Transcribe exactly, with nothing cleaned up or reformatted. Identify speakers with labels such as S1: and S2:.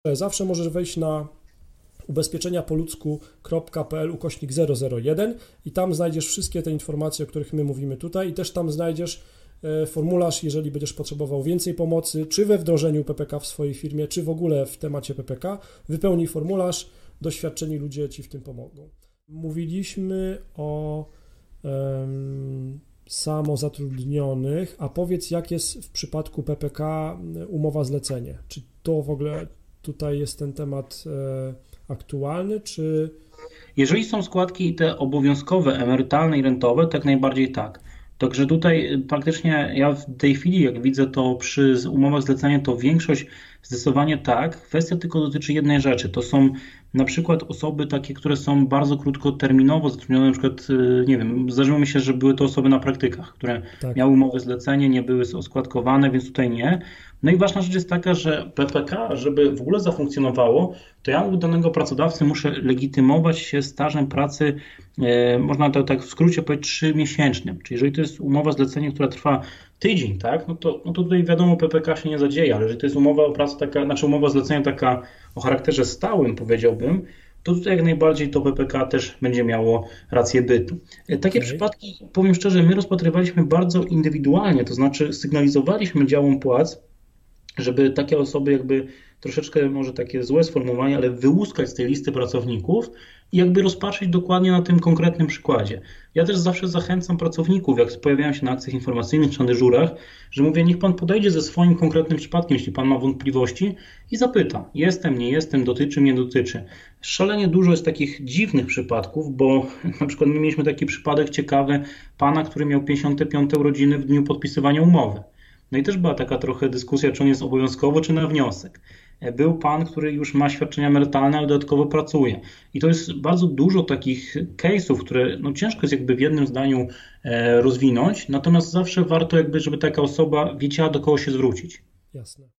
S1: Zawsze możesz wejść na ubezpieczenia po ludzku kropka p l ukośnik zero zero jeden i tam znajdziesz wszystkie te informacje, o których my mówimy tutaj i też tam znajdziesz formularz, jeżeli będziesz potrzebował więcej pomocy, czy we wdrożeniu P P K w swojej firmie, czy w ogóle w temacie P P K. Wypełnij formularz, doświadczeni ludzie Ci w tym pomogą. Mówiliśmy o um, samozatrudnionych, a powiedz, jak jest w przypadku P P K umowa zlecenie? Czy to w ogóle tutaj jest ten temat e, aktualny, czy...
S2: Jeżeli są składki te obowiązkowe, emerytalne i rentowe, tak najbardziej tak. Także tutaj praktycznie ja w tej chwili, jak widzę to przy umowach zlecenia, to większość zdecydowanie tak. Kwestia tylko dotyczy jednej rzeczy. To są na przykład osoby takie, które są bardzo krótkoterminowo zatrudnione, na przykład, nie wiem, zdarzyło mi się, że były to osoby na praktykach, które
S1: Tak.
S2: miały umowę zlecenie, nie były oskładkowane, więc tutaj nie. No i ważna rzecz jest taka, że P P K, żeby w ogóle zafunkcjonowało, to ja u danego pracodawcy muszę legitymować się stażem pracy, e, można to tak w skrócie powiedzieć, trzymiesięcznym. Czyli jeżeli to jest umowa zlecenie, która trwa tydzień, tak, no to, no to tutaj wiadomo, P P K się nie zadzieje, ale jeżeli to jest umowa o pracę taka, znaczy umowa zlecenia taka o charakterze stałym, powiedziałbym, to tutaj jak najbardziej to P P K też będzie miało rację bytu. Takie
S1: Okay.
S2: przypadki, powiem szczerze, my rozpatrywaliśmy bardzo indywidualnie, to znaczy sygnalizowaliśmy działom płac, żeby takie osoby jakby troszeczkę, może takie złe sformułowanie, ale wyłuskać z tej listy pracowników i jakby rozpatrzyć dokładnie na tym konkretnym przykładzie. Ja też zawsze zachęcam pracowników, jak pojawiają się na akcjach informacyjnych czy na dyżurach, że mówię, niech pan podejdzie ze swoim konkretnym przypadkiem, jeśli pan ma wątpliwości i zapyta, jestem, nie jestem, dotyczy, nie dotyczy. Szalenie dużo jest takich dziwnych przypadków, bo na przykład my mieliśmy taki przypadek ciekawy pana, który miał pięćdziesiąte piąte urodziny w dniu podpisywania umowy. No i też była taka trochę dyskusja, czy on jest obowiązkowo, czy na wniosek. Był pan, który już ma świadczenia emerytalne, ale dodatkowo pracuje. I to jest bardzo dużo takich case'ów, które no ciężko jest jakby w jednym zdaniu rozwinąć, natomiast zawsze warto jakby, żeby taka osoba wiedziała, do kogo się zwrócić.
S1: Jasne.